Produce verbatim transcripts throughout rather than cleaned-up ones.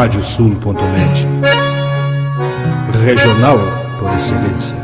rádio sul ponto net. Regional por excelência.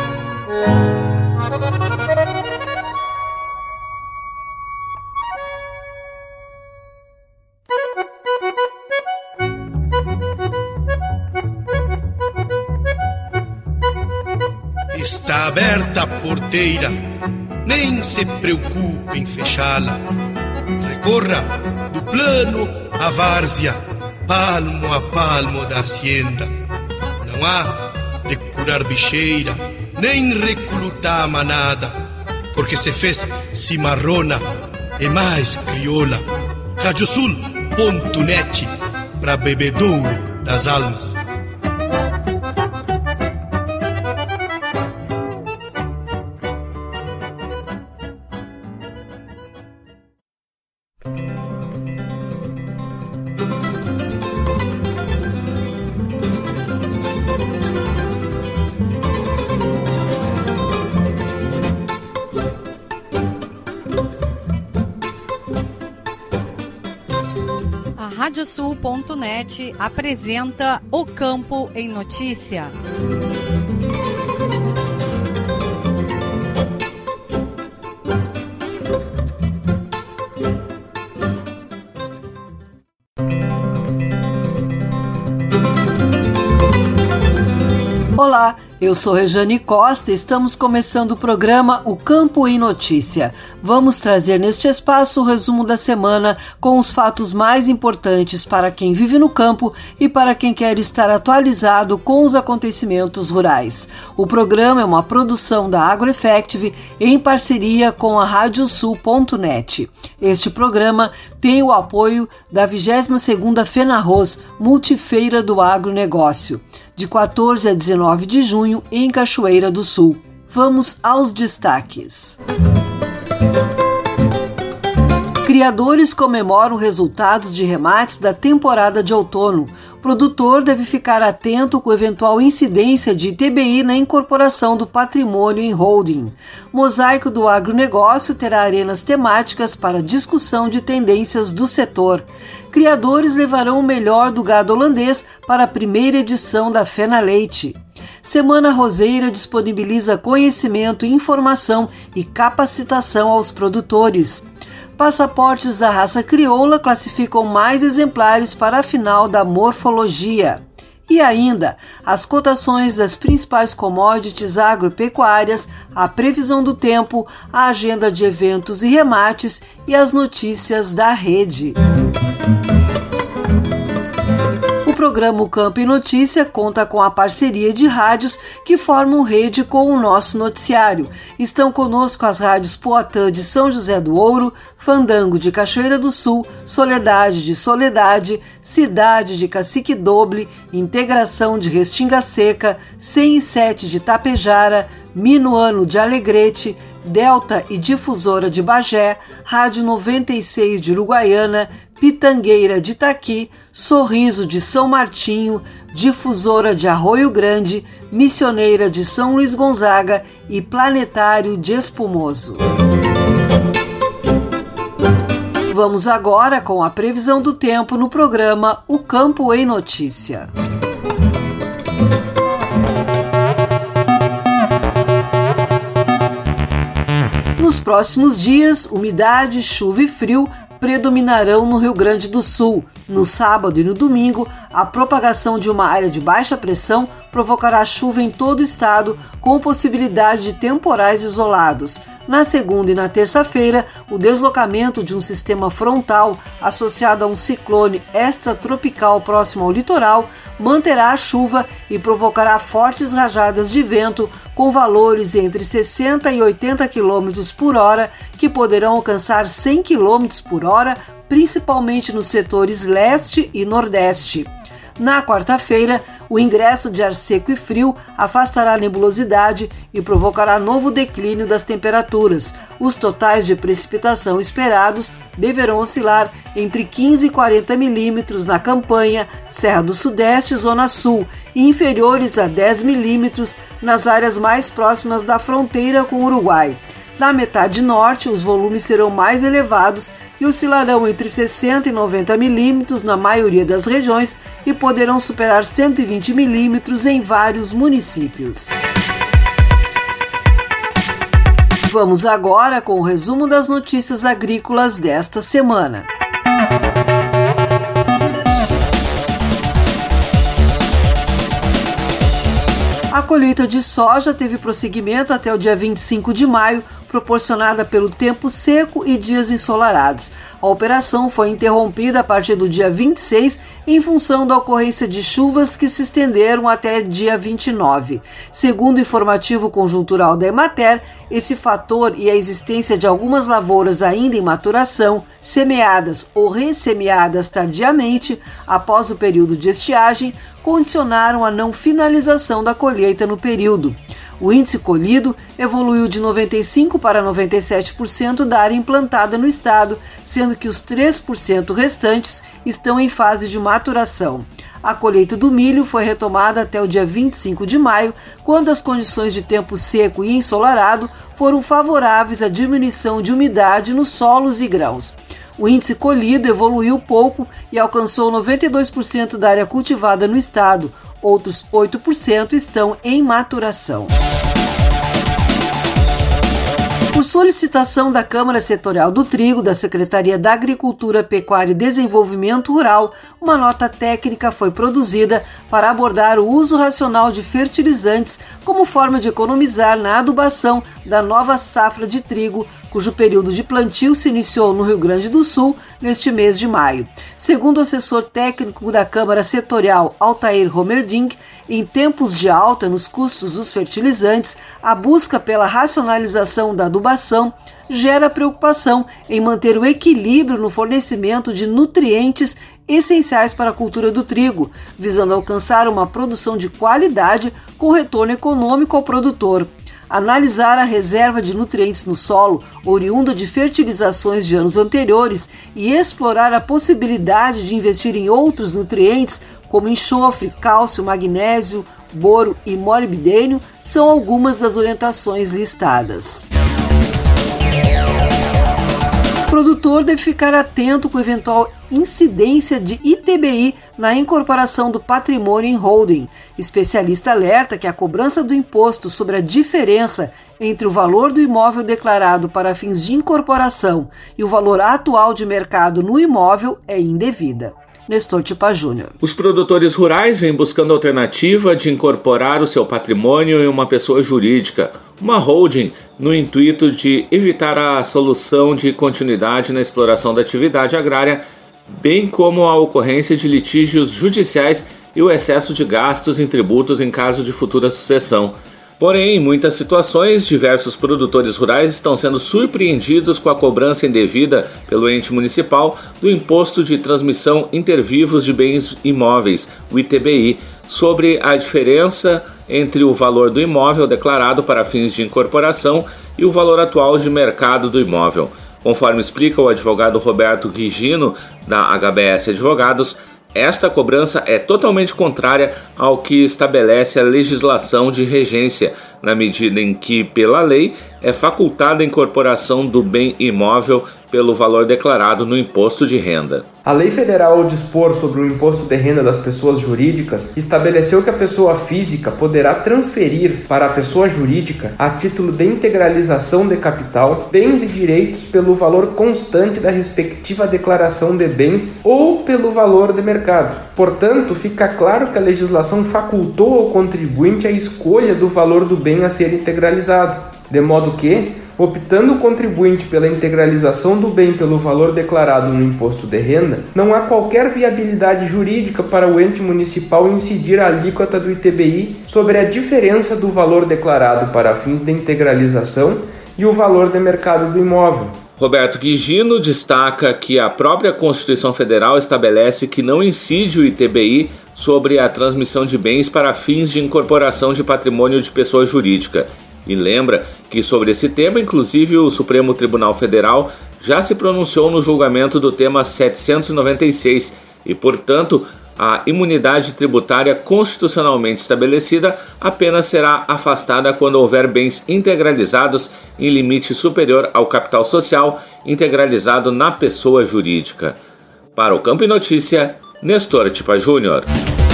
Está aberta a porteira, nem se preocupe em fechá-la. Recorra do plano à várzea, palmo a palmo da hacienda. Não há de curar bicheira, nem recrutar manada, porque se fez cimarrona e mais crioula. rádio sul ponto net, pra bebedouro das almas. rádio sul ponto net apresenta O Campo em Notícia. Olá, eu sou Rejane Costa e estamos começando o programa O Campo em Notícia. Vamos trazer neste espaço o resumo da semana com os fatos mais importantes para quem vive no campo e para quem quer estar atualizado com os acontecimentos rurais. O programa é uma produção da AgroEffective em parceria com a rádio sul ponto net. Este programa tem o apoio da vigésima segunda FENARROZ, Multifeira do Agronegócio, de quatorze a dezenove de junho, em Cachoeira do Sul. Vamos aos destaques. Criadores comemoram resultados de remates da temporada de outono. O produtor deve ficar atento com eventual incidência de I T B I na incorporação do patrimônio em holding. Mosaico do Agronegócio terá arenas temáticas para discussão de tendências do setor. Criadores levarão o melhor do gado holandês para a primeira edição da FenaLeite. Semana Roseira disponibiliza conhecimento, informação e capacitação aos produtores. Passaportes da raça crioula classificam mais exemplares para a final da morfologia. E ainda, as cotações das principais commodities agropecuárias, a previsão do tempo, a agenda de eventos e remates e as notícias da rede. O programa O Campo em Notícia conta com a parceria de rádios que formam rede com o nosso noticiário. Estão conosco as rádios Poatã de São José do Ouro, Fandango de Cachoeira do Sul, Soledade de Soledade, Cidade de Cacique Doble, Integração de Restinga Seca, cem e sete de Tapejara, Minuano de Alegrete, Delta e Difusora de Bagé, Rádio noventa e seis de Uruguaiana, Pitangueira de Itaqui, Sorriso de São Martinho, Difusora de Arroio Grande, Missioneira de São Luís Gonzaga e Planetário de Espumoso. Vamos agora com a previsão do tempo no programa O Campo em Notícia. Nos próximos dias, umidade, chuva e frio predominarão no Rio Grande do Sul. No sábado e no domingo, a propagação de uma área de baixa pressão provocará chuva em todo o estado, com possibilidade de temporais isolados. Na segunda e na terça-feira, o deslocamento de um sistema frontal associado a um ciclone extratropical próximo ao litoral manterá a chuva e provocará fortes rajadas de vento com valores entre sessenta e oitenta quilômetros por hora, que poderão alcançar cem quilômetros por hora, principalmente nos setores leste e nordeste. Na quarta-feira, o ingresso de ar seco e frio afastará a nebulosidade e provocará novo declínio das temperaturas. Os totais de precipitação esperados deverão oscilar entre quinze e quarenta milímetros na Campanha, Serra do Sudeste e Zona Sul, e inferiores a dez milímetros nas áreas mais próximas da fronteira com o Uruguai. Na metade norte, os volumes serão mais elevados e oscilarão entre sessenta e noventa milímetros na maioria das regiões e poderão superar cento e vinte milímetros em vários municípios. Vamos agora com o resumo das notícias agrícolas desta semana. A colheita de soja teve prosseguimento até o dia vinte e cinco de maio, proporcionada pelo tempo seco e dias ensolarados. A operação foi interrompida a partir do dia vinte e seis em função da ocorrência de chuvas que se estenderam até dia vinte e nove. Segundo o informativo conjuntural da Emater, esse fator e a existência de algumas lavouras ainda em maturação, semeadas ou ressemeadas tardiamente após o período de estiagem, condicionaram a não finalização da colheita no período. O índice colhido evoluiu de noventa e cinco por cento para noventa e sete por cento da área implantada no estado, sendo que os três por cento restantes estão em fase de maturação. A colheita do milho foi retomada até o dia vinte e cinco de maio, quando as condições de tempo seco e ensolarado foram favoráveis à diminuição de umidade nos solos e grãos. O índice colhido evoluiu pouco e alcançou noventa e dois por cento da área cultivada no estado. Outros oito por cento estão em maturação. Por solicitação da Câmara Setorial do Trigo, da Secretaria da Agricultura, Pecuária e Desenvolvimento Rural, uma nota técnica foi produzida para abordar o uso racional de fertilizantes como forma de economizar na adubação da nova safra de trigo, cujo período de plantio se iniciou no Rio Grande do Sul neste mês de maio. Segundo o assessor técnico da Câmara Setorial, Altair Romerdink, em tempos de alta nos custos dos fertilizantes, a busca pela racionalização da adubação gera preocupação em manter o equilíbrio no fornecimento de nutrientes essenciais para a cultura do trigo, visando alcançar uma produção de qualidade com retorno econômico ao produtor. Analisar a reserva de nutrientes no solo, oriunda de fertilizações de anos anteriores, e explorar a possibilidade de investir em outros nutrientes, como enxofre, cálcio, magnésio, boro e molibdênio, são algumas das orientações listadas. O produtor deve ficar atento com eventual incidência de I T B I na incorporação do patrimônio em holding. Especialista alerta que a cobrança do imposto sobre a diferença entre o valor do imóvel declarado para fins de incorporação e o valor atual de mercado no imóvel é indevida. Nestor Tipa Júnior. Os produtores rurais vêm buscando a alternativa de incorporar o seu patrimônio em uma pessoa jurídica, uma holding, no intuito de evitar a solução de continuidade na exploração da atividade agrária, bem como a ocorrência de litígios judiciais e o excesso de gastos em tributos em caso de futura sucessão. Porém, em muitas situações, diversos produtores rurais estão sendo surpreendidos com a cobrança indevida pelo ente municipal do Imposto de Transmissão Intervivos de Bens Imóveis, o I T B I, sobre a diferença entre o valor do imóvel declarado para fins de incorporação e o valor atual de mercado do imóvel. Conforme explica o advogado Roberto Gigino, da H B S Advogados, esta cobrança é totalmente contrária ao que estabelece a legislação de regência, na medida em que, pela lei, é facultada a incorporação do bem imóvel pelo valor declarado no imposto de renda. A lei federal, ao dispor sobre o imposto de renda das pessoas jurídicas, estabeleceu que a pessoa física poderá transferir para a pessoa jurídica, a título de integralização de capital, bens e direitos pelo valor constante da respectiva declaração de bens ou pelo valor de mercado. Portanto, fica claro que a legislação facultou ao contribuinte a escolha do valor do bem a ser integralizado, de modo que, optando o contribuinte pela integralização do bem pelo valor declarado no imposto de renda, não há qualquer viabilidade jurídica para o ente municipal incidir a alíquota do I T B I sobre a diferença do valor declarado para fins de integralização e o valor de mercado do imóvel. Roberto Gigino destaca que a própria Constituição Federal estabelece que não incide o I T B I sobre a transmissão de bens para fins de incorporação de patrimônio de pessoa jurídica. E lembra que sobre esse tema, inclusive, o Supremo Tribunal Federal já se pronunciou no julgamento do tema setecentos e noventa e seis e, portanto, a imunidade tributária constitucionalmente estabelecida apenas será afastada quando houver bens integralizados em limite superior ao capital social integralizado na pessoa jurídica. Para o Campo e Notícia, Nestor Tipa Júnior.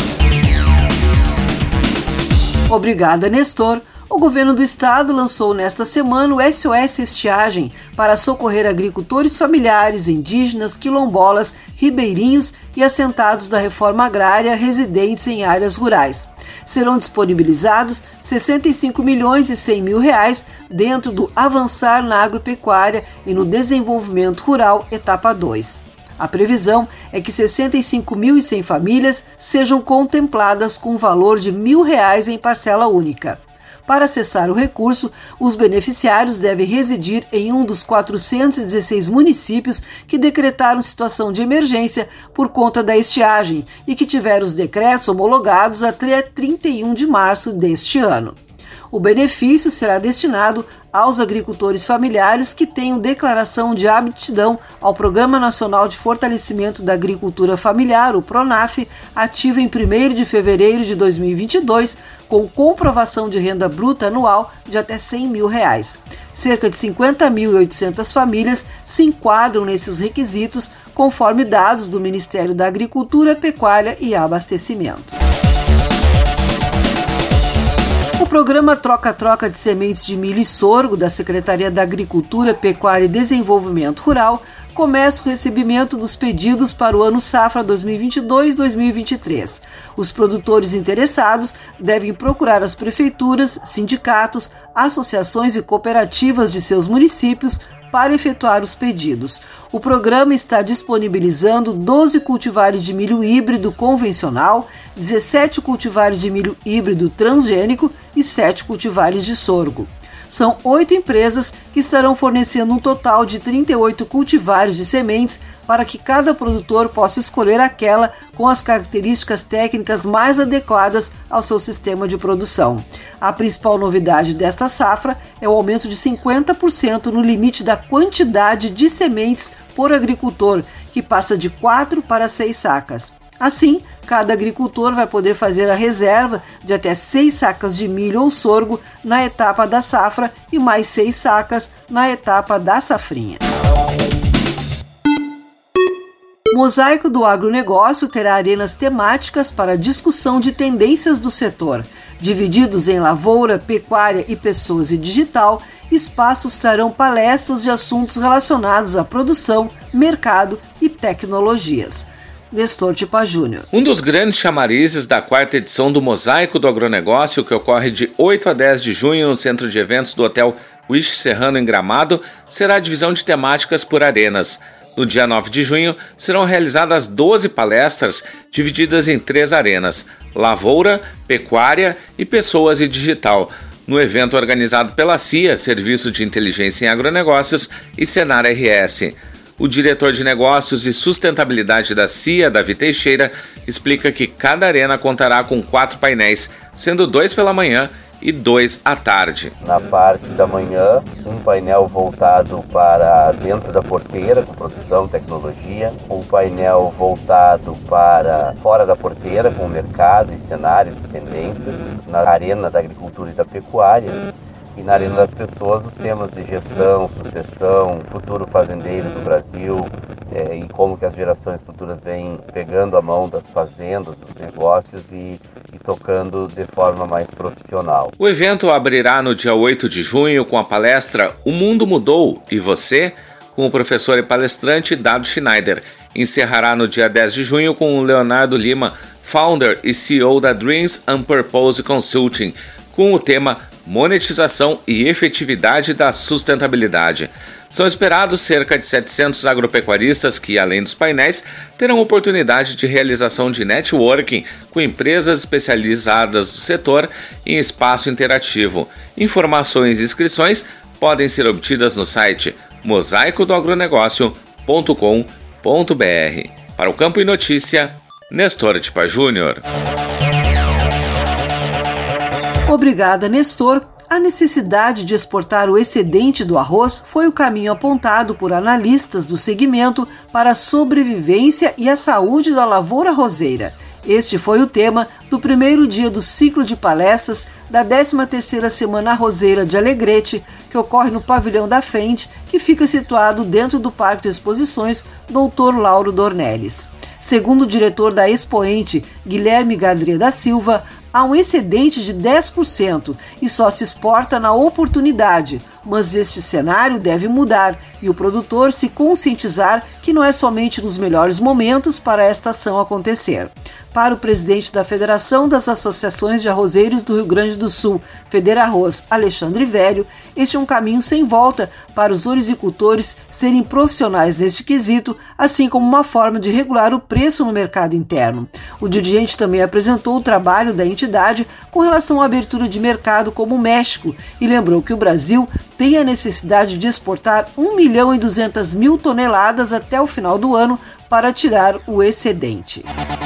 Obrigada, Nestor. O governo do estado lançou nesta semana o S O S Estiagem para socorrer agricultores familiares, indígenas, quilombolas, ribeirinhos e assentados da reforma agrária residentes em áreas rurais. Serão disponibilizados sessenta e cinco milhões e cem mil reais dentro do Avançar na Agropecuária e no Desenvolvimento Rural, etapa dois. A previsão é que sessenta e cinco mil e cem famílias sejam contempladas com o valor de mil reais em parcela única. Para acessar o recurso, os beneficiários devem residir em um dos quatrocentos e dezesseis municípios que decretaram situação de emergência por conta da estiagem e que tiveram os decretos homologados até trinta e um de março deste ano. O benefício será destinado aos agricultores familiares que tenham declaração de aptidão ao Programa Nacional de Fortalecimento da Agricultura Familiar, o PRONAF, ativo em primeiro de fevereiro de dois mil e vinte e dois, com comprovação de renda bruta anual de até cem mil reais. Cerca de cinquenta mil e oitocentas famílias se enquadram nesses requisitos, conforme dados do Ministério da Agricultura, Pecuária e Abastecimento. O programa Troca-Troca de Sementes de Milho e Sorgo da Secretaria da Agricultura, Pecuária e Desenvolvimento Rural começa o recebimento dos pedidos para o ano safra dois mil e vinte e dois dois mil e vinte e três. Os produtores interessados devem procurar as prefeituras, sindicatos, associações e cooperativas de seus municípios para efetuar os pedidos. O programa está disponibilizando doze cultivares de milho híbrido convencional, dezessete cultivares de milho híbrido transgênico e sete cultivares de sorgo. São oito empresas que estarão fornecendo um total de trinta e oito cultivares de sementes para que cada produtor possa escolher aquela com as características técnicas mais adequadas ao seu sistema de produção. A principal novidade desta safra é o aumento de cinquenta por cento no limite da quantidade de sementes por agricultor, que passa de quatro para seis sacas. Assim, cada agricultor vai poder fazer a reserva de até seis sacas de milho ou sorgo na etapa da safra e mais seis sacas na etapa da safrinha. O Mosaico do Agronegócio terá arenas temáticas para discussão de tendências do setor. Divididos em lavoura, pecuária e pessoas e digital, espaços trarão palestras de assuntos relacionados à produção, mercado e tecnologias. Nestor Tipa Júnior. Um dos grandes chamarizes da quarta edição do Mosaico do Agronegócio, que ocorre de oito a dez de junho no centro de eventos do Hotel Wish Serrano em Gramado, será a divisão de temáticas por arenas. No dia nove de junho, serão realizadas doze palestras divididas em três arenas: lavoura, pecuária e pessoas e digital, no evento organizado pela C I A, Serviço de Inteligência em Agronegócios, e Senar R S. O diretor de Negócios e Sustentabilidade da C I A, Davi Teixeira, explica que cada arena contará com quatro painéis, sendo dois pela manhã e dois à tarde. Na parte da manhã, um painel voltado para dentro da porteira, com produção e tecnologia, um painel voltado para fora da porteira, com o mercado e cenários e tendências, na arena da agricultura e da pecuária. E na Arena das Pessoas, os temas de gestão, sucessão, futuro fazendeiro do Brasil, é, e como que as gerações futuras vêm pegando a mão das fazendas, dos negócios e, e tocando de forma mais profissional. O evento abrirá no dia oito de junho com a palestra O Mundo Mudou e Você?, com o professor e palestrante Dado Schneider. Encerrará no dia dez de junho com o Leonardo Lima, founder e C E O da Dreams and Purpose Consulting, com o tema Monetização e Efetividade da Sustentabilidade. São esperados cerca de setecentos agropecuaristas que, além dos painéis, terão oportunidade de realização de networking com empresas especializadas do setor em espaço interativo. Informações e inscrições podem ser obtidas no site mosaico do agronegócio ponto com ponto b r. Para o Campo e Notícia, Nestor Tipa Júnior. Obrigada, Nestor. A necessidade de exportar o excedente do arroz foi o caminho apontado por analistas do segmento para a sobrevivência e a saúde da lavoura arrozeira. Este foi o tema do primeiro dia do ciclo de palestras da décima terceira Semana Arrozeira de Alegrete, que ocorre no pavilhão da Fendt, que fica situado dentro do Parque de Exposições doutor Lauro Dornelles. Segundo o diretor da Expoente, Guilherme Gadria da Silva, há um excedente de dez por cento e só se exporta na oportunidade, mas este cenário deve mudar e o produtor se conscientizar que não é somente nos melhores momentos para esta ação acontecer. Para o presidente da Federação das Associações de Arrozeiros do Rio Grande do Sul, Federarroz, Alexandre Velho, este é um caminho sem volta para os ourizicultores serem profissionais neste quesito, assim como uma forma de regular o preço no mercado interno. O dirigente também apresentou o trabalho da entidade com relação à abertura de mercado como o México e lembrou que o Brasil tem a necessidade de exportar um milhão e duzentas mil toneladas até o final do ano para tirar o excedente.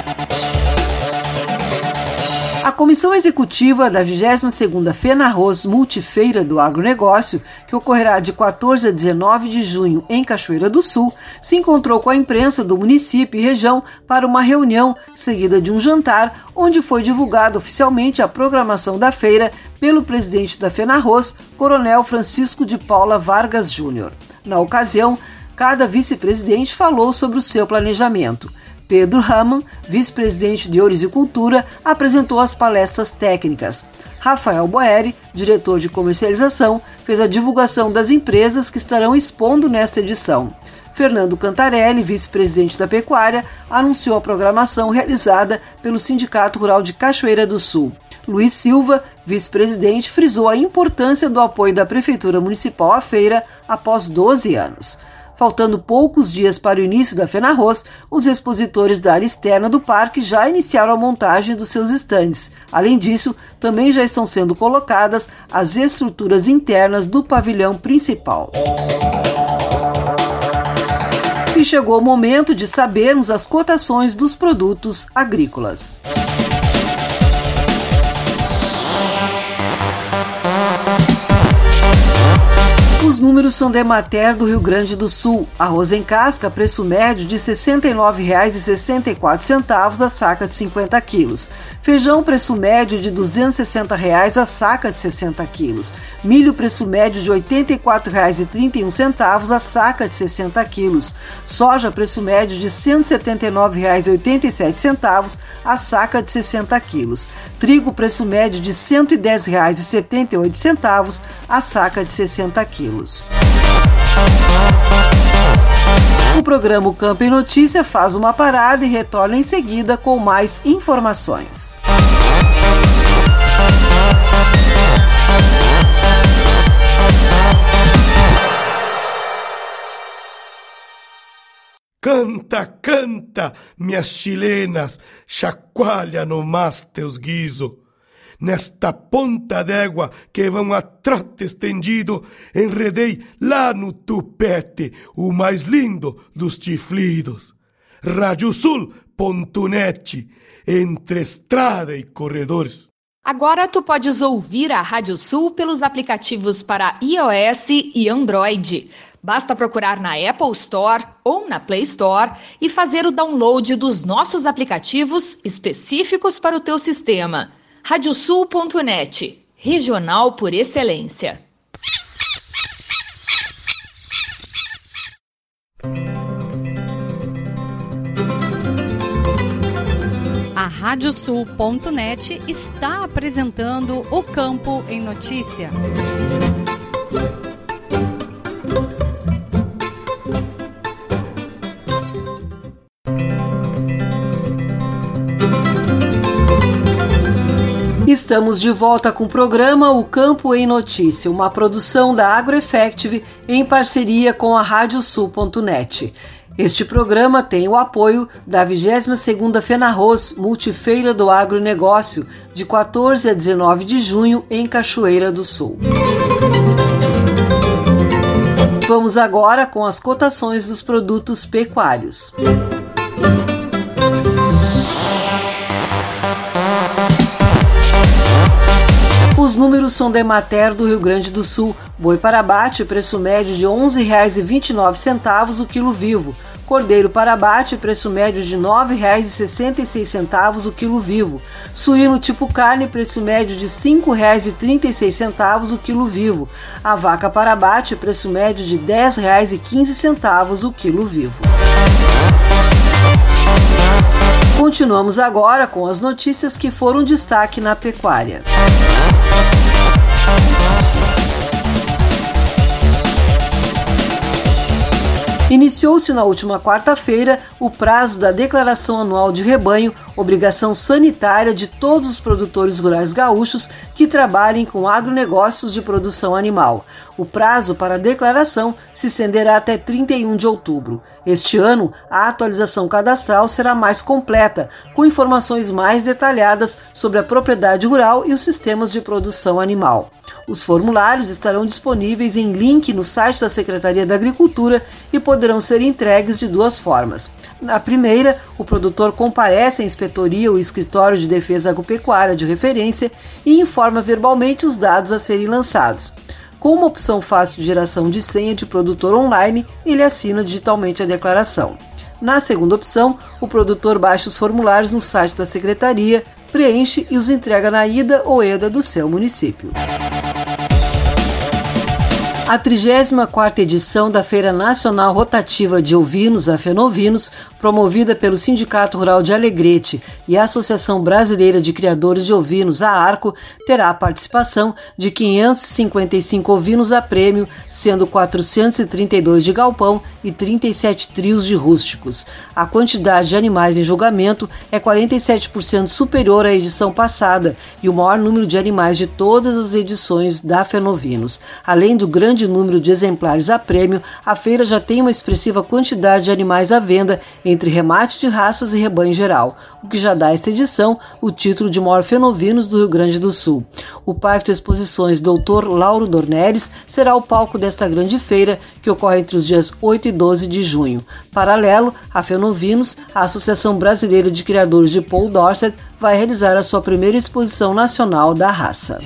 A Comissão Executiva da vigésima segunda FENARROZ Multifeira do Agronegócio, que ocorrerá de quatorze a dezenove de junho em Cachoeira do Sul, se encontrou com a imprensa do município e região para uma reunião seguida de um jantar, onde foi divulgada oficialmente a programação da feira pelo presidente da FENARROZ, Coronel Francisco de Paula Vargas Júnior. Na ocasião, cada vice-presidente falou sobre o seu planejamento. Pedro Raman, vice-presidente de Ourizicultura, apresentou as palestras técnicas. Rafael Boeri, diretor de comercialização, fez a divulgação das empresas que estarão expondo nesta edição. Fernando Cantarelli, vice-presidente da Pecuária, anunciou a programação realizada pelo Sindicato Rural de Cachoeira do Sul. Luiz Silva, vice-presidente, frisou a importância do apoio da Prefeitura Municipal à feira após doze anos. Faltando poucos dias para o início da FENARROZ, os expositores da área externa do parque já iniciaram a montagem dos seus estandes. Além disso, também já estão sendo colocadas as estruturas internas do pavilhão principal. E chegou o momento de sabermos as cotações dos produtos agrícolas. Os números são da Emater do Rio Grande do Sul. Arroz em casca, preço médio de sessenta e nove reais e sessenta e quatro centavos a saca de cinquenta quilos. Feijão, preço médio de duzentos e sessenta reais a saca de sessenta quilos. Milho, preço médio de oitenta e quatro reais e trinta e um centavos a saca de sessenta quilos. Soja, preço médio de cento e setenta e nove reais e oitenta e sete centavos a saca de sessenta quilos. Trigo, preço médio de cento e dez reais e setenta e oito centavos a saca de sessenta quilos. O programa O Campo em Notícia faz uma parada e retorna em seguida com mais informações. Canta, canta, minhas chilenas, chacoalha no mas teus guiso. Nesta ponta d'égua que vão a trote estendido, enredei lá no tupete o mais lindo dos chiflidos. rádio sul ponto net, entre estrada e corredores. Agora tu podes ouvir a Rádio Sul pelos aplicativos para iOS e Android. Basta procurar na Apple Store ou na Play Store e fazer o download dos nossos aplicativos específicos para o teu sistema. rádio sul ponto net, regional por excelência. A rádio sul ponto net está apresentando o Campo em Notícia. Estamos de volta com o programa O Campo em Notícia, uma produção da AgroEffective em parceria com a rádio sul ponto net. Este programa tem o apoio da vigésima segunda FENARROZ Multifeira do Agronegócio, de quatorze a dezenove de junho em Cachoeira do Sul. Vamos agora com as cotações dos produtos pecuários. Os números são da Emater do Rio Grande do Sul. Boi para abate, preço médio de onze reais e vinte e nove centavos o quilo vivo. Cordeiro para abate, preço médio de nove reais e sessenta e seis centavos o quilo vivo. Suíno tipo carne, preço médio de cinco reais e trinta e seis centavos o quilo vivo. A vaca para abate, preço médio de dez reais e quinze centavos o quilo vivo. Continuamos agora com as notícias que foram destaque na pecuária. Iniciou-se na última quarta-feira o prazo da declaração anual de rebanho, obrigação sanitária de todos os produtores rurais gaúchos que trabalhem com agronegócios de produção animal. O prazo para a declaração se estenderá até trinta e um de outubro. Este ano, a atualização cadastral será mais completa, com informações mais detalhadas sobre a propriedade rural e os sistemas de produção animal. Os formulários estarão disponíveis em link no site da Secretaria da Agricultura e poderão ser entregues de duas formas. Na primeira, o produtor comparece à inspetoria ou escritório de defesa agropecuária de referência e informa verbalmente os dados a serem lançados. Com uma opção fácil de geração de senha de produtor online, ele assina digitalmente a declaração. Na segunda opção, o produtor baixa os formulários no site da Secretaria, preenche e os entrega na ida ou EDA do seu município. A trigésima quarta edição da Feira Nacional Rotativa de Ovinos, a Fenovinos, promovida pelo Sindicato Rural de Alegrete e a Associação Brasileira de Criadores de Ovinos, a ARCO, terá a participação de quinhentos e cinquenta e cinco ovinos a prêmio, sendo quatrocentos e trinta e dois de galpão e trinta e sete trios de rústicos. A quantidade de animais em julgamento é quarenta e sete por cento superior à edição passada e o maior número de animais de todas as edições da Fenovinos. Além do grande grande número de exemplares a prêmio, a feira já tem uma expressiva quantidade de animais à venda entre remate de raças e rebanho geral, o que já dá a esta edição o título de maior fenovinos do Rio Grande do Sul. O Parque de Exposições doutor Lauro Dornelles será o palco desta grande feira, que ocorre entre os dias oito e doze de junho. Paralelo a Fenovinos, a Associação Brasileira de Criadores de Paul Dorset vai realizar a sua primeira exposição nacional da raça.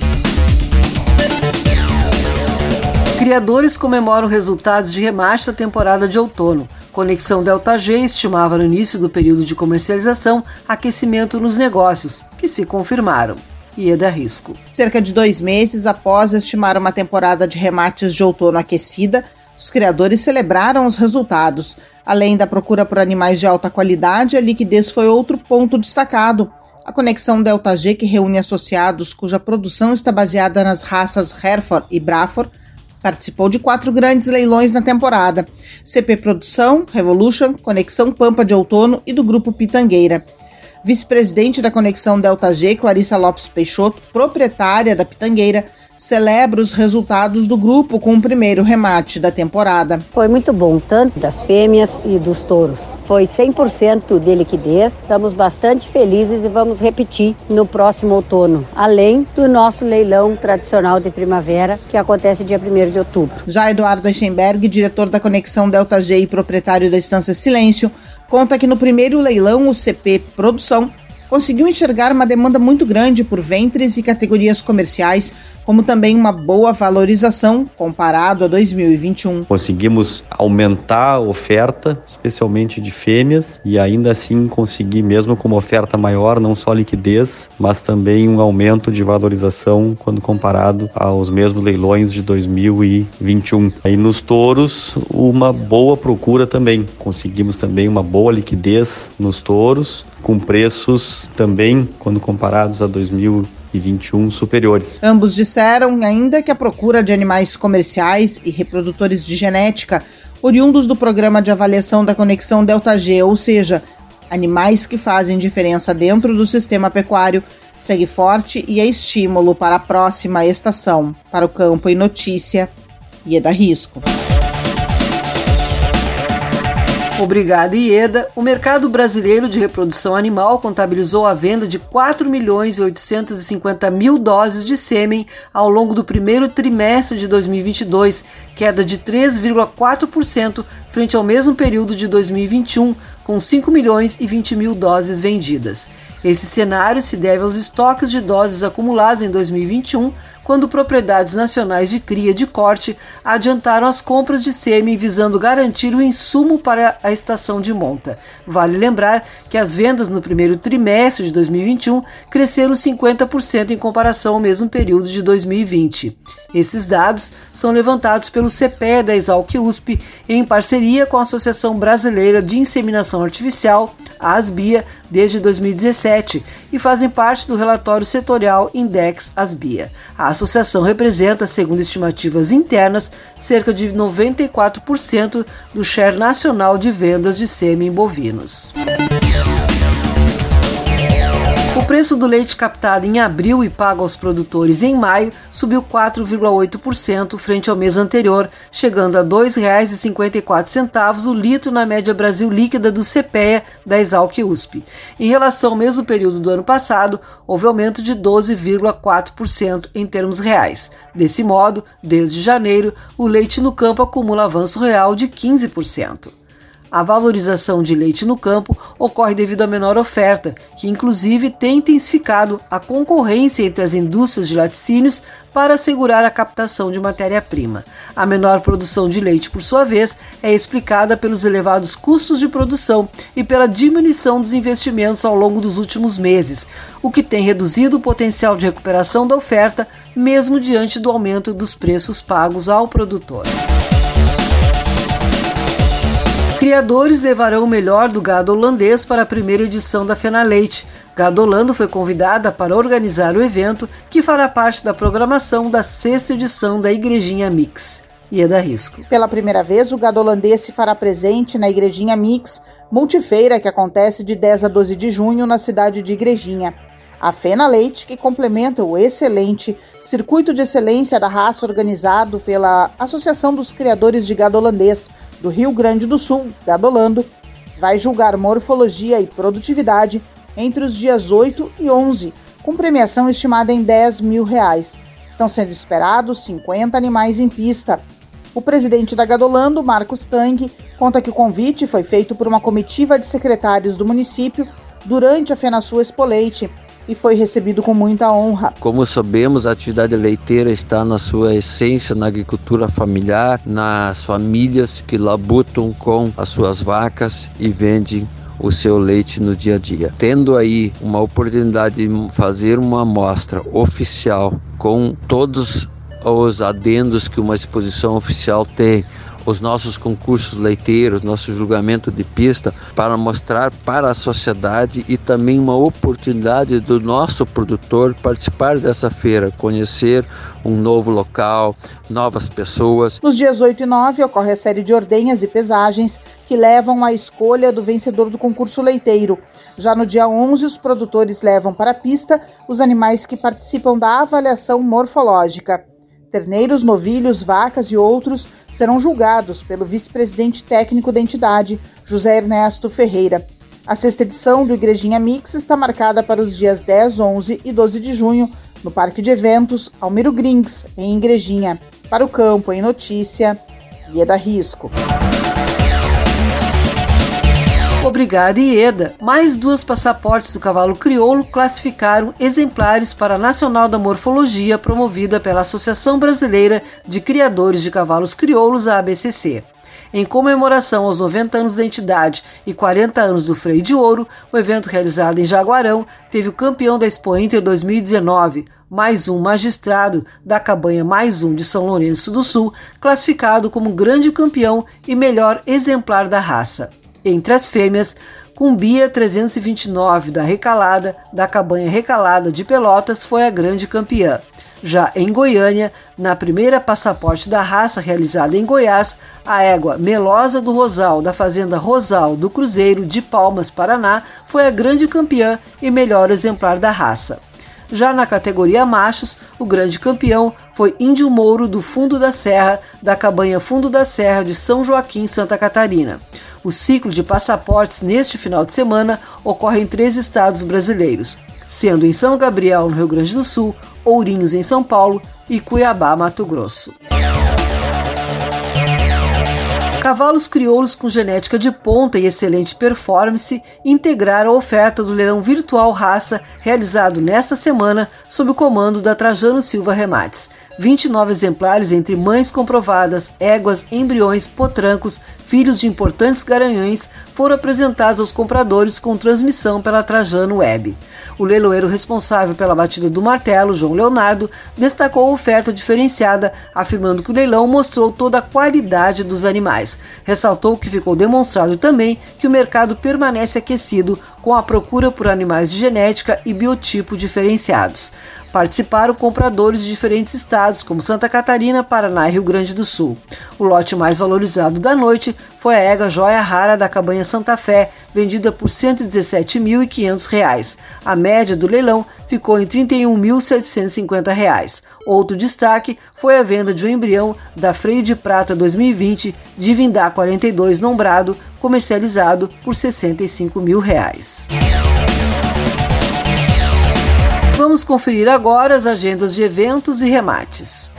Criadores comemoram resultados de remate da temporada de outono. Conexão Delta G estimava no início do período de comercialização aquecimento nos negócios, que se confirmaram. Ieda Risco. Cerca de dois meses após estimar uma temporada de remates de outono aquecida, os criadores celebraram os resultados. Além da procura por animais de alta qualidade, a liquidez foi outro ponto destacado. A Conexão Delta G, que reúne associados cuja produção está baseada nas raças Hereford e Braford, participou de quatro grandes leilões na temporada: C P Produção, Revolution, Conexão Pampa de Outono e do Grupo Pitangueira. Vice-presidente da Conexão Delta G, Clarissa Lopes Peixoto, proprietária da Pitangueira, celebra os resultados do grupo com o primeiro remate da temporada. Foi muito bom, tanto das fêmeas e dos touros. Foi cem por cento de liquidez, estamos bastante felizes e vamos repetir no próximo outono, além do nosso leilão tradicional de primavera, que acontece dia primeiro de outubro. Já Eduardo Eichenberg, diretor da Conexão Delta G e proprietário da Estância Silêncio, conta que no primeiro leilão o C P Produção conseguiu enxergar uma demanda muito grande por ventres e categorias comerciais, como também uma boa valorização comparado a dois mil e vinte e um. Conseguimos aumentar a oferta, especialmente de fêmeas, e ainda assim conseguir, mesmo com uma oferta maior, não só liquidez, mas também um aumento de valorização quando comparado aos mesmos leilões de dois mil e vinte e um. Aí nos touros, uma boa procura também. Conseguimos também uma boa liquidez nos touros, com preços também, quando comparados a dois mil e vinte e um, superiores. Ambos disseram ainda que a procura de animais comerciais e reprodutores de genética oriundos do programa de avaliação da Conexão Delta G, ou seja, animais que fazem diferença dentro do sistema pecuário, segue forte e é estímulo para a próxima estação. Para o Campo e Notícia, Ieda Risco. Obrigada, Ieda. O mercado brasileiro de reprodução animal contabilizou a venda de quatro milhões e oitocentos e cinquenta mil doses de sêmen ao longo do primeiro trimestre de dois mil e vinte e dois, queda de três vírgula quatro por cento frente ao mesmo período de dois mil e vinte e um, com cinco milhões e vinte mil doses vendidas. Esse cenário se deve aos estoques de doses acumulados em dois mil e vinte e um, quando propriedades nacionais de cria de corte adiantaram as compras de sêmen visando garantir o insumo para a estação de monta. Vale lembrar que as vendas no primeiro trimestre de dois mil e vinte e um cresceram cinquenta por cento em comparação ao mesmo período de dois mil e vinte. Esses dados são levantados pelo C P E A da Exalc U S P em parceria com a Associação Brasileira de Inseminação Artificial, a ASBIA, desde dois mil e dezessete e fazem parte do relatório setorial Index ASBIA. A associação representa, segundo estimativas internas, cerca de noventa e quatro por cento do share nacional de vendas de sêmen bovinos. O preço do leite captado em abril e pago aos produtores em maio subiu quatro vírgula oito por cento frente ao mês anterior, chegando a dois reais e cinquenta e quatro centavos o litro na média Brasil líquida do C P E A da Exalc U S P. Em relação ao mesmo período do ano passado, houve aumento de doze vírgula quatro por cento em termos reais. Desse modo, desde janeiro, o leite no campo acumula avanço real de quinze por cento. A valorização de leite no campo ocorre devido à menor oferta, que inclusive tem intensificado a concorrência entre as indústrias de laticínios para assegurar a captação de matéria-prima. A menor produção de leite, por sua vez, é explicada pelos elevados custos de produção e pela diminuição dos investimentos ao longo dos últimos meses, o que tem reduzido o potencial de recuperação da oferta, mesmo diante do aumento dos preços pagos ao produtor. Criadores levarão o melhor do gado holandês para a primeira edição da Fenaleite. Gado Holando foi convidada para organizar o evento, que fará parte da programação da sexta edição da Igrejinha Mix. Ieda Risco. Pela primeira vez, o gado holandês se fará presente na Igrejinha Mix, multifeira que acontece de dez a doze de junho na cidade de Igrejinha. A Fenaleite, que complementa o excelente circuito de excelência da raça organizado pela Associação dos Criadores de Gado Holandês do Rio Grande do Sul, Gadolando, vai julgar morfologia e produtividade entre os dias oito e onze, com premiação estimada em dez mil reais. Estão sendo esperados cinquenta animais em pista. O presidente da Gadolando, Marcos Tang, conta que o convite foi feito por uma comitiva de secretários do município durante a FenaSul Expo Leite e foi recebido com muita honra. Como sabemos, a atividade leiteira está na sua essência na agricultura familiar, nas famílias que labutam com as suas vacas e vendem o seu leite no dia a dia. Tendo aí uma oportunidade de fazer uma amostra oficial com todos os adendos que uma exposição oficial tem, os nossos concursos leiteiros, nosso julgamento de pista, para mostrar para a sociedade e também uma oportunidade do nosso produtor participar dessa feira, conhecer um novo local, novas pessoas. Nos dias oito e nove ocorre a série de ordenhas e pesagens que levam à escolha do vencedor do concurso leiteiro. Já no dia onze, os produtores levam para a pista os animais que participam da avaliação morfológica. Terneiros, novilhos, vacas e outros serão julgados pelo vice-presidente técnico da entidade, José Ernesto Ferreira. A sexta edição do Igrejinha Mix está marcada para os dias dez, onze e doze de junho, no Parque de Eventos Almiro Grings, em Igrejinha. Para o Campo em Notícia, Ieda Risco. Obrigada, Ieda. Mais duas passaportes do cavalo crioulo classificaram exemplares para a Nacional da Morfologia, promovida pela Associação Brasileira de Criadores de Cavalos Crioulos, a A B C C. Em comemoração aos noventa anos da entidade e quarenta anos do Freio de Ouro, o evento realizado em Jaguarão teve o campeão da Expo Inter dois mil e dezenove, mais um magistrado da Cabanha Mais Um de São Lourenço do Sul, classificado como grande campeão e melhor exemplar da raça. Entre as fêmeas, Cumbia trezentos e vinte e nove da Recalada, da Cabanha Recalada de Pelotas, foi a grande campeã. Já em Goiânia, na primeira passaporte da raça realizada em Goiás, a égua Melosa do Rosal, da Fazenda Rosal do Cruzeiro de Palmas, Paraná, foi a grande campeã e melhor exemplar da raça. Já na categoria machos, o grande campeão foi Índio Mouro do Fundo da Serra, da Cabanha Fundo da Serra de São Joaquim, Santa Catarina. O ciclo de passaportes neste final de semana ocorre em três estados brasileiros, sendo em São Gabriel, no Rio Grande do Sul, Ourinhos, em São Paulo e Cuiabá, Mato Grosso. Cavalos crioulos com genética de ponta e excelente performance integraram a oferta do leilão virtual raça realizado nesta semana sob o comando da Trajano Silva Remates. vinte e nove exemplares entre mães comprovadas, éguas, embriões, potrancos, filhos de importantes garanhões foram apresentados aos compradores com transmissão pela Trajano Web. O leiloeiro responsável pela batida do martelo, João Leonardo, destacou a oferta diferenciada, afirmando que o leilão mostrou toda a qualidade dos animais. Ressaltou que ficou demonstrado também que o mercado permanece aquecido com a procura por animais de genética e biotipo diferenciados. Participaram compradores de diferentes estados, como Santa Catarina, Paraná e Rio Grande do Sul. O lote mais valorizado da noite foi a égua Joia Rara da Cabanha Santa Fé, vendida por cento e dezessete mil e quinhentos reais. A média do leilão ficou em trinta e um mil setecentos e cinquenta reais. Outro destaque foi a venda de um embrião da Freio de Prata dois mil e vinte, Divindá quarenta e dois nombrado, comercializado por sessenta e cinco mil reais. Vamos conferir agora as agendas de eventos e remates.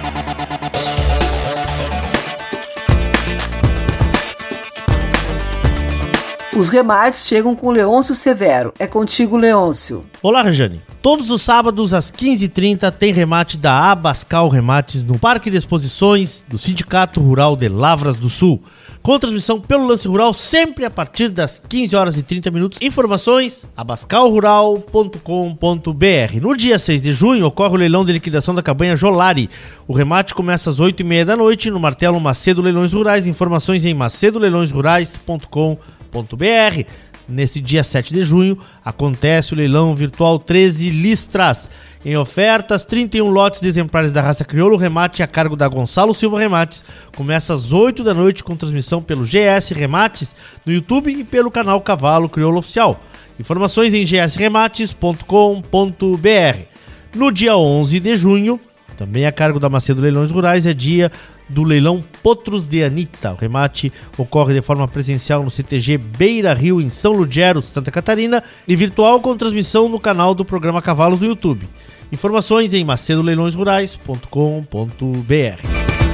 Os remates chegam com Leôncio Severo. É contigo, Leôncio. Olá, Rejane. Todos os sábados, às quinze e trinta, tem remate da Abascal Remates no Parque de Exposições do Sindicato Rural de Lavras do Sul, com transmissão pelo Lance Rural, sempre a partir das quinze horas e trinta minutos. Informações, abascal rural ponto com ponto b r. No dia seis de junho, ocorre o leilão de liquidação da cabanha Jolari. O remate começa às oito e meia da noite no Martelo Macedo Leilões Rurais. Informações em macedo leilões rurais ponto com ponto b r. Nesse dia sete de junho, acontece o leilão virtual treze listras. Em ofertas, trinta e um lotes de exemplares da raça crioulo. O remate a cargo da Gonçalo Silva Remates. Começa às oito da noite com transmissão pelo G S Remates no YouTube e pelo canal Cavalo Crioulo Oficial. Informações em g s remates ponto com ponto b r. No dia onze de junho, também a cargo da Macedo Leilões Rurais, é dia do leilão Potros de Anitta. O remate ocorre de forma presencial no C T G Beira Rio, em São Ludgero, Santa Catarina, e virtual com transmissão no canal do programa Cavalos no YouTube. Informações em macedo leilões rurais ponto com ponto b r.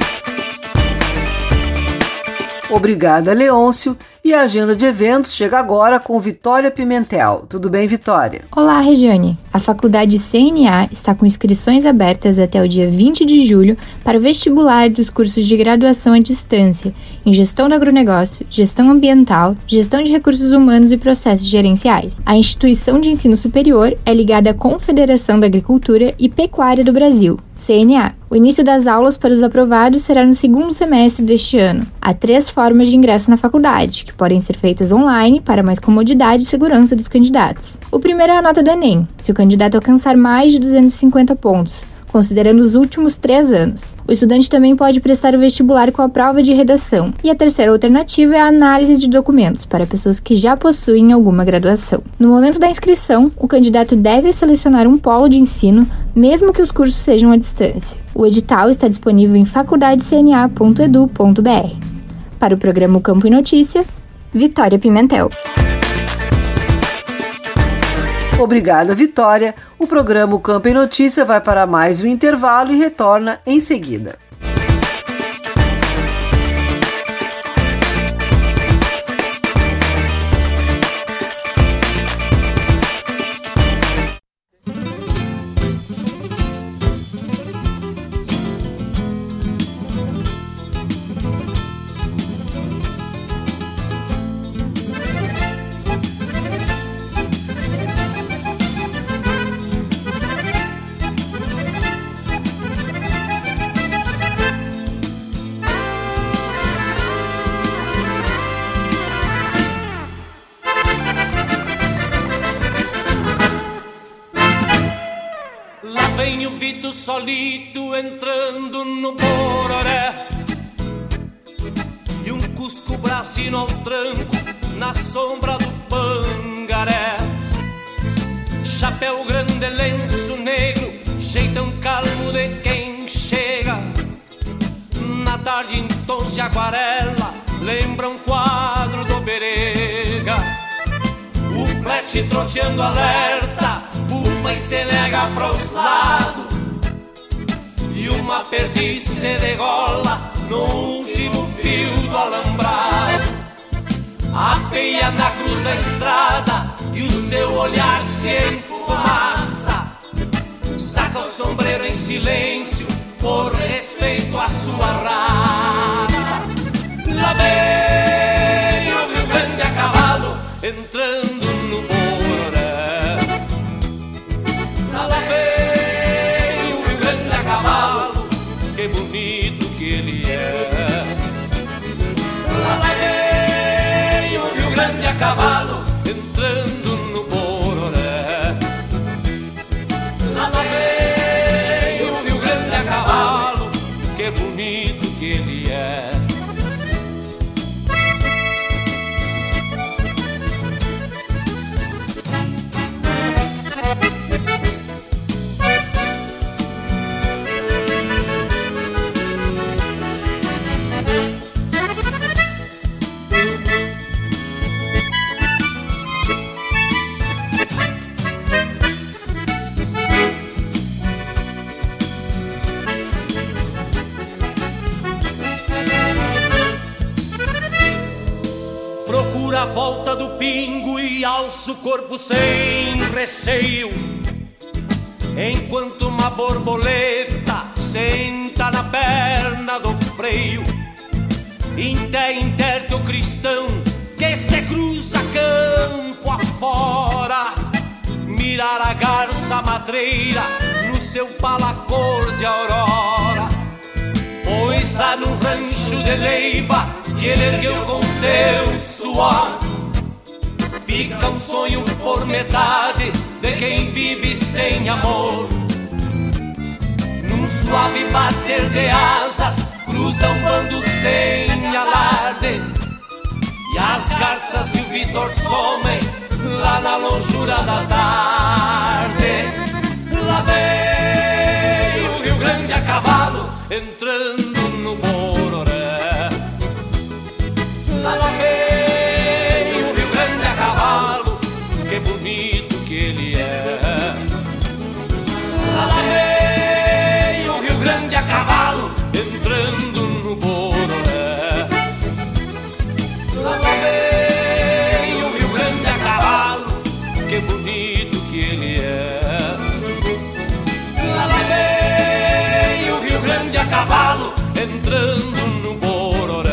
Obrigada, Leôncio. E a agenda de eventos chega agora com Vitória Pimentel. Tudo bem, Vitória? Olá, Regiane. A Faculdade C N A está com inscrições abertas até o dia vinte de julho para o vestibular dos cursos de graduação à distância em Gestão do Agronegócio, Gestão Ambiental, Gestão de Recursos Humanos e Processos Gerenciais. A instituição de ensino superior é ligada à Confederação da Agricultura e Pecuária do Brasil, C N A. O início das aulas para os aprovados será no segundo semestre deste ano. Há três formas de ingresso na faculdade, que podem ser feitas online para mais comodidade e segurança dos candidatos. O primeiro é a nota do Enem, se o candidato alcançar mais de duzentos e cinquenta pontos, considerando os últimos três anos. O estudante também pode prestar o vestibular com a prova de redação. E a terceira alternativa é a análise de documentos, para pessoas que já possuem alguma graduação. No momento da inscrição, o candidato deve selecionar um polo de ensino, mesmo que os cursos sejam à distância. O edital está disponível em faculdade c n a ponto e d u ponto b r. Para o programa O Campo e Notícia, Vitória Pimentel. Obrigada, Vitória. O programa O Campo e Notícia vai para mais um intervalo e retorna em seguida. Vem o Vito solito entrando no Bororé, e um cusco bracino ao tranco na sombra do Pangaré. Chapéu grande, lenço negro, jeitão calmo de quem chega. Na tarde em tons de aquarela, lembra um quadro do Berega. O flete troteando alerta, ufa e se nega pros lados, e uma perdiz se degola no último fio do alambrado. Apeia na cruz da estrada e o seu olhar se enfumaça. Saca o sombreiro em silêncio por respeito à sua raça. Lá vem o Rio Grande a cavalo entrando no Bororé. Lá vem o Rio Grande a cavalo, que bonito que ele é. Lá vem o Rio Grande a cavalo entrando no Bororé. Lá vem o Rio Grande a cavalo, que bonito que ele é. A volta do pingo e alça o corpo sem receio, enquanto uma borboleta senta na perna do freio. Inté, interte o cristão que se cruza campo afora, mirar a garça madreira no seu palacor de aurora. Pois lá num rancho de Leiva que ele ergueu com seu suor, fica um sonho por metade de quem vive sem amor. Num suave bater de asas cruzam bandos sem alarde, e as garças e o Vitor somem lá na longura da tarde. Lá vem o Rio Grande a cavalo entrando no Bororé. Lá vem o Rio Grande a cavalo, que bonito que ele é. Lá vem o Rio Grande a cavalo entrando no Bororé. Lá vem o Rio Grande a cavalo, que bonito que ele é. Lá vem o Rio Grande a cavalo entrando no Bororé.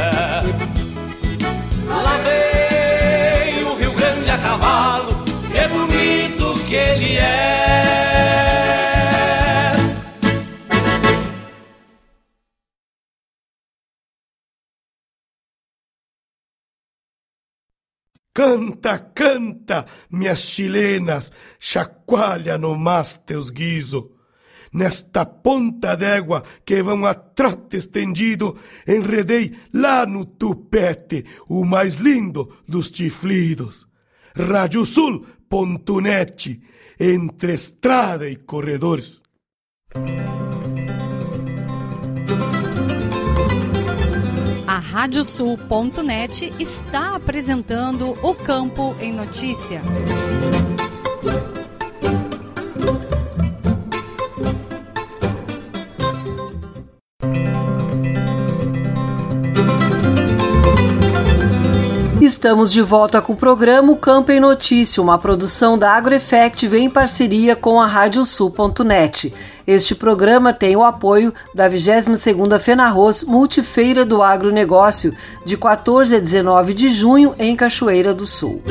Lá vem o Rio Grande a cavalo, que bonito que ele é. Canta, canta, minhas chilenas, chacoalha no mas teus guiso. Nesta ponta d'égua que vão a trote estendido, enredei lá no tupete o mais lindo dos chiflidos. Rádio Sul ponto net, entre estrada e corredores. A Rádio Sul ponto net está apresentando o Campo em Notícia. Estamos de volta com o programa Campo em Notícia, uma produção da AgroEffect em parceria com a Rádio Sul ponto net. Este programa tem o apoio da vigésima segunda FENARROS Multifeira do Agronegócio, de quatorze a dezenove de junho, em Cachoeira do Sul.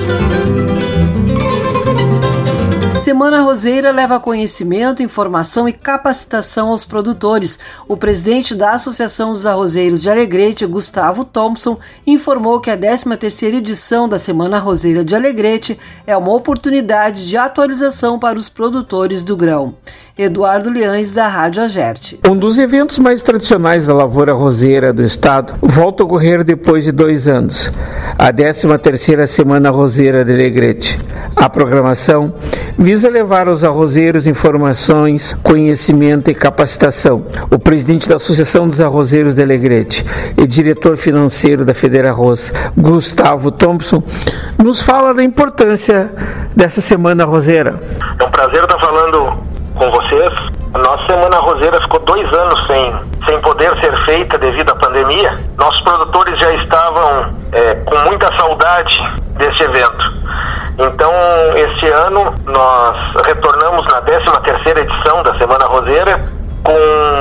Semana Roseira leva conhecimento, informação e capacitação aos produtores. O presidente da Associação dos Arrozeiros de Alegrete, Gustavo Thompson, informou que a décima terceira edição da Semana Roseira de Alegrete é uma oportunidade de atualização para os produtores do grão. Eduardo Leães, da Rádio Agerte. Um dos eventos mais tradicionais da lavoura roseira do estado volta a ocorrer depois de dois anos, a décima terceira Semana Roseira de Alegrete. A programação visa levar aos arrozeiros informações, conhecimento e capacitação. O presidente da Associação dos Arrozeiros de Alegrete e diretor financeiro da Federarroz, Gustavo Thompson, nos fala da importância dessa Semana Roseira. É um prazer estar falando com vocês A nossa Semana Arrozeira ficou dois anos sem, sem poder ser feita devido à pandemia. Nossos produtores já estavam é, com muita saudade desse evento. Então, esse ano, nós retornamos na décima terceira edição da Semana Arrozeira com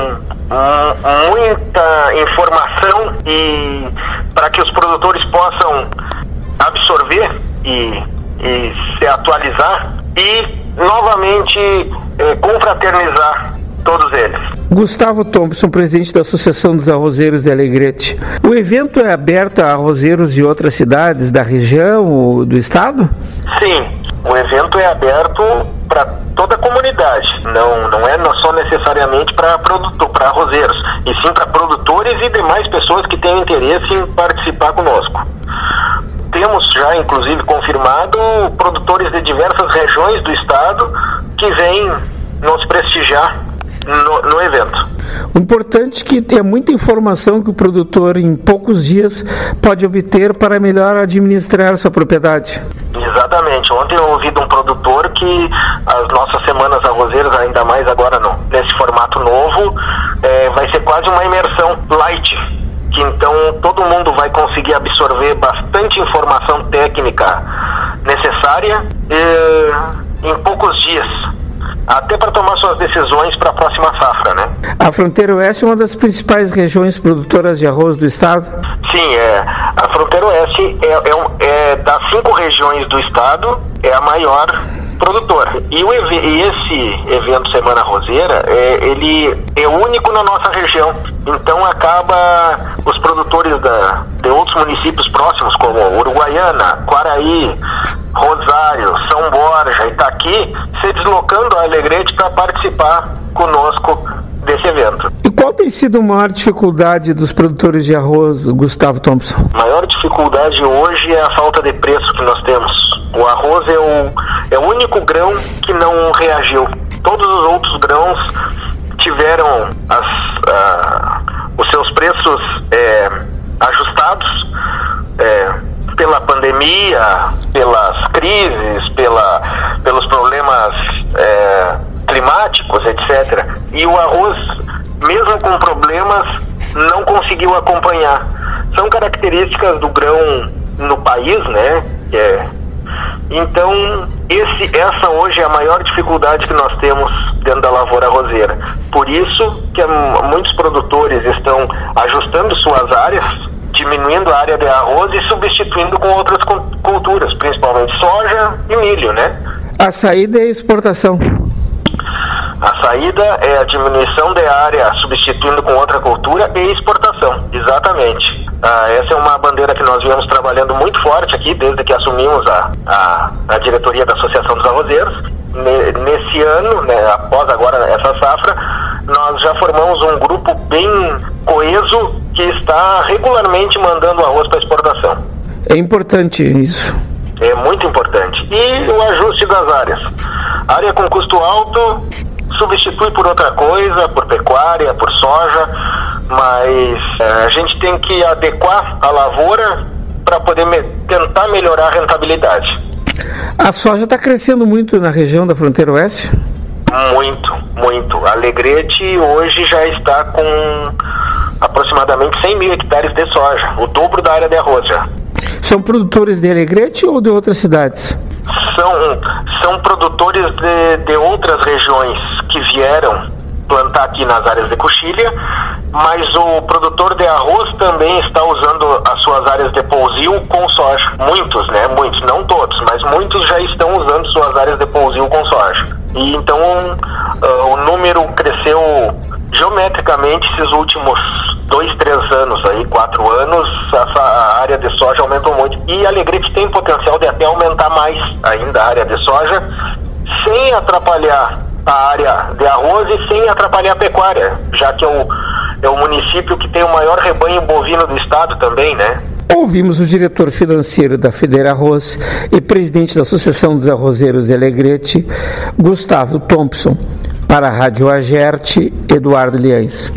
hum, muita informação e para que os produtores possam absorver e, e se atualizar e novamente eh, confraternizar todos eles. Gustavo Thompson, presidente da Associação dos Arrozeiros de Alegrete. O evento é aberto a arrozeiros de outras cidades da região ou do estado? Sim, o evento é aberto para toda a comunidade, não, não é só necessariamente para produtor, para arrozeiros, e sim para produtores e demais pessoas que tenham interesse em participar conosco. Temos já, inclusive, confirmado produtores de diversas regiões do estado que vêm nos prestigiar no, no evento. O importante é que tem muita informação que o produtor, em poucos dias, pode obter para melhor administrar sua propriedade. Exatamente. Ontem eu ouvi de um produtor que as nossas semanas arrozeiras, ainda mais agora no, nesse formato novo, é, vai ser quase uma imersão light. Que então todo mundo vai conseguir absorver bastante informação técnica necessária e, em poucos dias, até para tomar suas decisões para a próxima safra, né? A Fronteira Oeste é uma das principais regiões produtoras de arroz do estado? Sim, é. A Fronteira Oeste é, é, é das cinco regiões do estado, é a maior produtora. E, o, e esse evento Semana Arrozeira, é, ele é único na nossa região. Então acaba os produtores da, de outros municípios próximos, como Uruguaiana, Quaraí, Rosário, São Borja, Itaqui, se deslocando a Alegrete para participar conosco desse evento. E qual tem sido a maior dificuldade dos produtores de arroz, Gustavo Thompson? A maior dificuldade hoje é a falta de preço que nós temos. O arroz é o, é o único grão que não reagiu. Todos os outros grãos tiveram as, ah, os seus preços é, ajustados é, pela pandemia, pelas crises, pela, pelos problemas é, climáticos, etcétera. E o arroz, mesmo com problemas, não conseguiu acompanhar. São características do grão no país, né? É, então, esse, essa hoje é a maior dificuldade que nós temos dentro da lavoura arrozeira. Por isso que muitos produtores estão ajustando suas áreas, diminuindo a área de arroz e substituindo com outras culturas, principalmente soja e milho, né? A saída é a exportação. A saída é a diminuição de área substituindo com outra cultura e exportação, exatamente. Ah, essa é uma bandeira que nós viemos trabalhando muito forte aqui desde que assumimos a, a, a diretoria da Associação dos Arrozeiros. Nesse ano, né, após agora essa safra, nós já formamos um grupo bem coeso que está regularmente mandando arroz para exportação. É importante isso. É muito importante. E o ajuste das áreas. Área com custo alto substitui por outra coisa, por pecuária, por soja, mas é, a gente tem que adequar a lavoura para poder me, tentar melhorar a rentabilidade. A soja está crescendo muito na região da Fronteira Oeste? Muito, muito. A Alegrete hoje já está com aproximadamente cem mil hectares de soja, o dobro da área de arroz já. São produtores de Alegrete ou de outras cidades? São, são produtores de, de outras regiões que vieram plantar aqui nas áreas de Coxilha, mas o produtor de arroz também está usando as suas áreas de pousio com soja. Muitos, né? Muitos, não todos, mas muitos já estão usando suas áreas de pousio com soja. E então uh, o número cresceu geometricamente esses últimos dois, três anos, aí, quatro anos, essa, a área de soja aumentou muito. E a Alegrete tem potencial de até aumentar mais ainda a área de soja, sem atrapalhar a área de arroz e sem atrapalhar a pecuária, já que é o, é o município que tem o maior rebanho bovino do estado também, né? Ouvimos o diretor financeiro da Federa Arroz e presidente da Associação dos Arrozeiros de Alegrete, Gustavo Thompson. Para a Rádio Agerte, Eduardo Liães.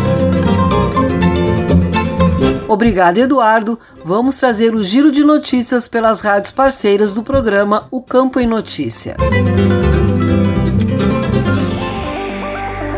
Obrigado, Eduardo. Vamos trazer o giro de notícias pelas rádios parceiras do programa O Campo em Notícia.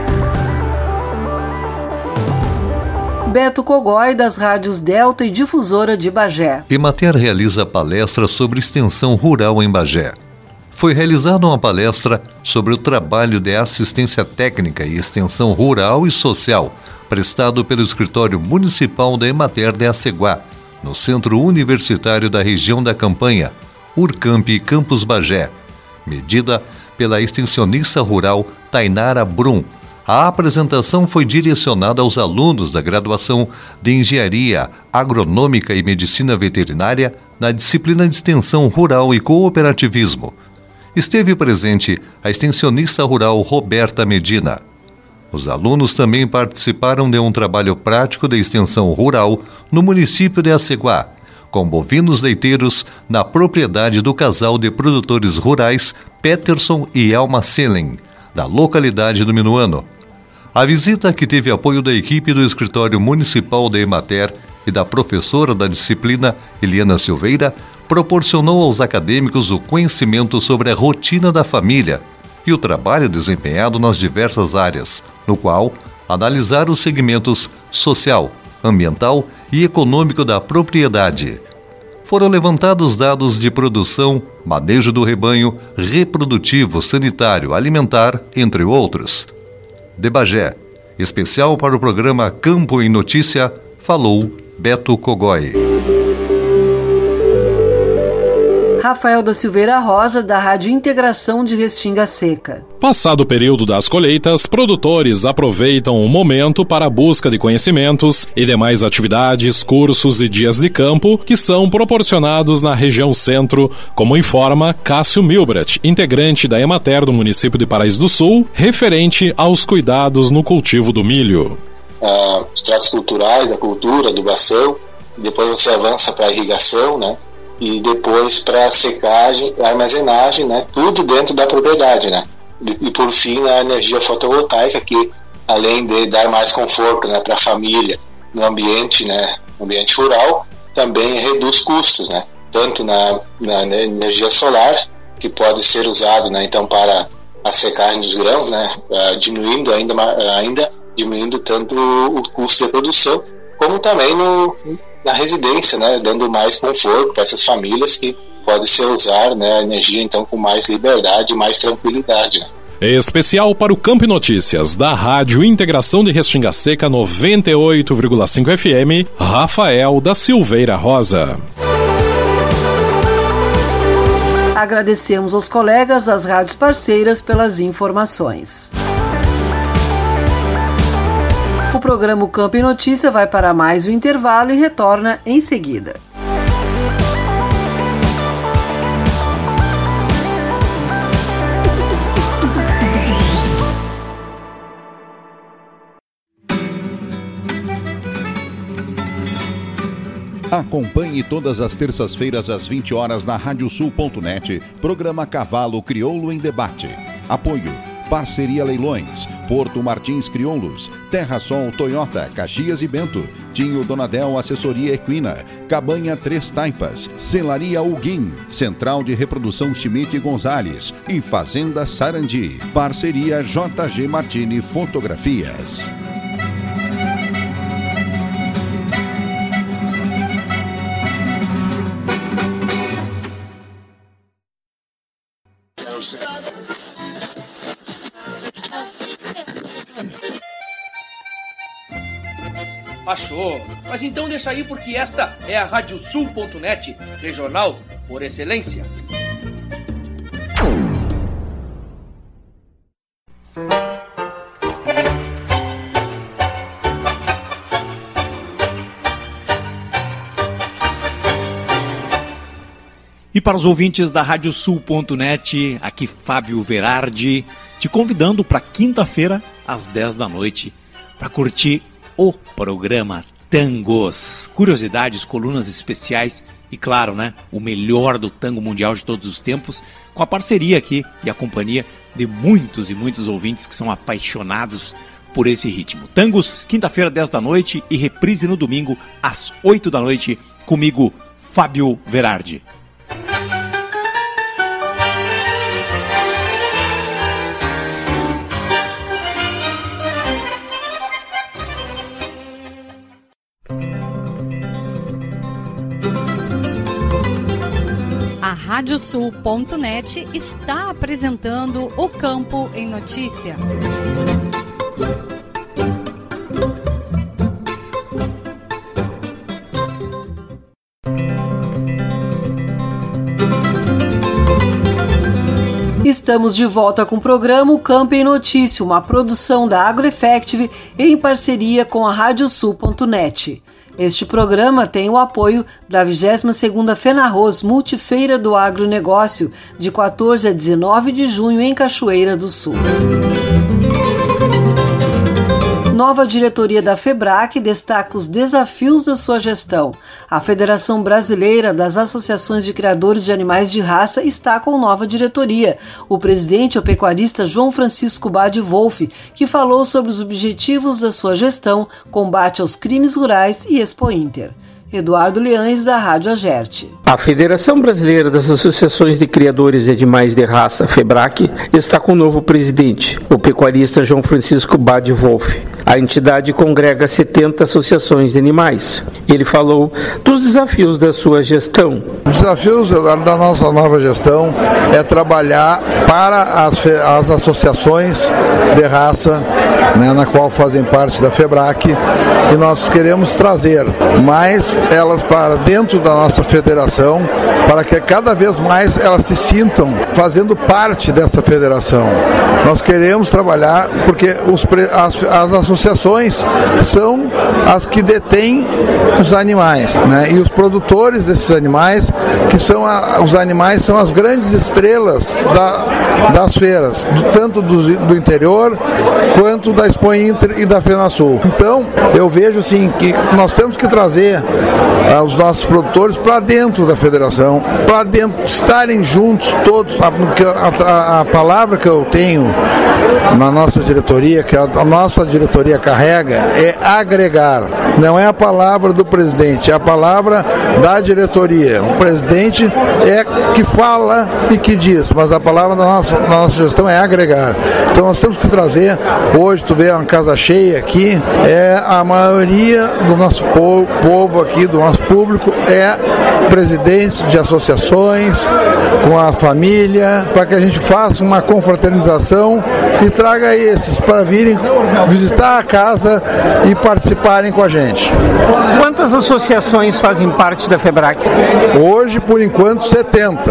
Beto Cogói, das rádios Delta e Difusora de Bagé. Emater realiza palestra sobre extensão rural em Bagé. Foi realizada uma palestra sobre o trabalho de assistência técnica e extensão rural e social, prestado pelo Escritório Municipal da Emater de Aceguá, no Centro Universitário da Região da Campanha, Urcamp Campus Bagé, medida pela extensionista rural Tainara Brum. A apresentação foi direcionada aos alunos da graduação de Engenharia Agronômica e Medicina Veterinária na disciplina de Extensão Rural e Cooperativismo. Esteve presente a extensionista rural Roberta Medina. Os alunos também participaram de um trabalho prático de extensão rural no município de Aceguá, com bovinos leiteiros na propriedade do casal de produtores rurais Peterson e Elma Selen, da localidade do Minuano. A visita, que teve apoio da equipe do Escritório Municipal da Emater e da professora da disciplina Eliana Silveira, proporcionou aos acadêmicos o conhecimento sobre a rotina da família e o trabalho desempenhado nas diversas áreas, no qual analisaram os segmentos social, ambiental e econômico da propriedade. Foram levantados dados de produção, manejo do rebanho, reprodutivo, sanitário, alimentar, entre outros. De Bagé, especial para o programa Campo em Notícia, falou Beto Cogói. Rafael da Silveira Rosa, da Rádio Integração de Restinga Seca. Passado o período das colheitas, produtores aproveitam o momento para a busca de conhecimentos e demais atividades, cursos e dias de campo que são proporcionados na região centro, como informa Cássio Milbrat, integrante da Emater do município de Paraíso do Sul, referente aos cuidados no cultivo do milho. Ah, os tratos culturais, a cultura, a adubação, depois você avança para a irrigação, né? E depois para a secagem, a armazenagem, né? Tudo dentro da propriedade, né? E, e por fim a energia fotovoltaica, que além de dar mais conforto, né, para a família no ambiente, né, no ambiente rural, também reduz custos, né? Tanto na, na energia solar, que pode ser usado, né, então para a secagem dos grãos, né, uh, diminuindo ainda, ainda diminuindo tanto o custo de produção, como também no, na residência, né, dando mais conforto para essas famílias que pode se usar, né, a energia então com mais liberdade e mais tranquilidade, né. Especial para o Campo e Notícias da Rádio Integração de Restinga Seca noventa e oito vírgula cinco F M, Rafael da Silveira Rosa. Agradecemos aos colegas das rádios parceiras pelas informações. O programa Campo e Notícia vai para mais um intervalo e retorna em seguida. Acompanhe todas as terças-feiras às vinte horas na rádio sul ponto net, programa Cavalo Crioulo em Debate. Apoio: Parceria Leilões, Porto Martins Crioulos, Terra Sol Toyota, Caxias e Bento, Tinho Donadel Assessoria Equina, Cabanha Três Taipas, Celaria Huguim, Central de Reprodução Schmidt e Gonzalez e Fazenda Sarandi. Parceria J G Martini Fotografias. Achou? Mas então deixa aí, porque esta é a rádio sul ponto net, regional por excelência. E para os ouvintes da rádio sul ponto net, aqui Fábio Verardi, te convidando para quinta-feira, às dez da noite, para curtir o programa Tangos. Curiosidades, colunas especiais e, claro, né, o melhor do tango mundial de todos os tempos, com a parceria aqui e a companhia de muitos e muitos ouvintes que são apaixonados por esse ritmo. Tangos, quinta-feira, dez da noite, e reprise no domingo, às oito da noite, comigo, Fábio Verardi. rádio sul ponto net está apresentando o Campo em Notícia. Estamos de volta com o programa O Campo em Notícia, uma produção da AgroEffective em parceria com a rádio sul ponto net. Este programa tem o apoio da vigésima segunda FENARROZ Multifeira do Agronegócio, de quatorze a dezenove de junho em Cachoeira do Sul. Nova diretoria da FEBRAC destaca os desafios da sua gestão. A Federação Brasileira das Associações de Criadores de Animais de Raça está com nova diretoria. O presidente é o pecuarista João Francisco Bade Wolff, que falou sobre os objetivos da sua gestão, combate aos crimes rurais e Expo Inter. Eduardo Leães, da Rádio Agerte. A Federação Brasileira das Associações de Criadores de Animais de Raça, FEBRAC, está com o novo presidente, o pecuarista João Francisco Bade Wolff. A entidade congrega setenta associações de animais. Ele falou dos desafios da sua gestão. Os desafios da nossa nova gestão é trabalhar para as, as associações de raça, né, na qual fazem parte da FEBRAC, e nós queremos trazer mais elas para dentro da nossa federação, para que cada vez mais elas se sintam fazendo parte dessa federação. Nós queremos trabalhar porque os, as, as associações são as que detêm os animais, né? E os produtores desses animais, que são a, os animais são as grandes estrelas da, das feiras, do, tanto do, do interior quanto da Expo Inter e da FENASUL. Então, eu vejo assim que nós temos que trazer ah, os nossos produtores para dentro da federação, para dentro, estarem juntos todos. A, a, a palavra que eu tenho na nossa diretoria, que a, a nossa diretoria carrega, é agregar. Não é a palavra do presidente, é a palavra da diretoria. O presidente é que fala e que diz, mas a palavra da nossa, da nossa gestão é agregar. Então nós temos que trazer, hoje tu vê uma casa cheia aqui, é a maioria do nosso povo, povo aqui, do nosso público, é presidentes de associações, com a família, para que a gente faça uma confraternização e traga esses para virem visitar a casa e participarem com a gente. Quantas associações fazem parte da FEBRAC? Hoje, por enquanto, setenta.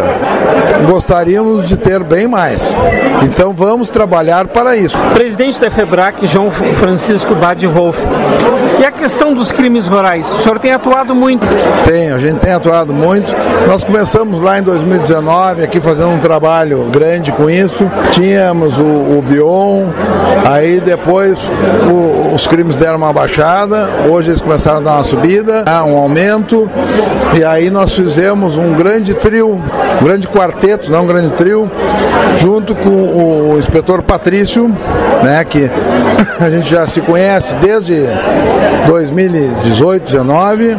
Gostaríamos de ter bem mais. Então vamos trabalhar para isso. Presidente da FEBRAC, João Francisco Bade Wolff. E a questão dos crimes rurais? O senhor tem atuado muito? Tem, a gente tem atuado muito. Nós começamos lá em dois mil e dezenove, aqui fazendo um trabalho grande com isso. Tínhamos o, o Bion, aí depois o, os crimes deram uma baixada, hoje eles começaram a dar uma subida, um aumento, e aí nós fizemos um grande trio, um grande quarteto, não um grande trio, junto com o inspetor Patrício, né, que a gente já se conhece desde dois mil e dezoito, dezenove,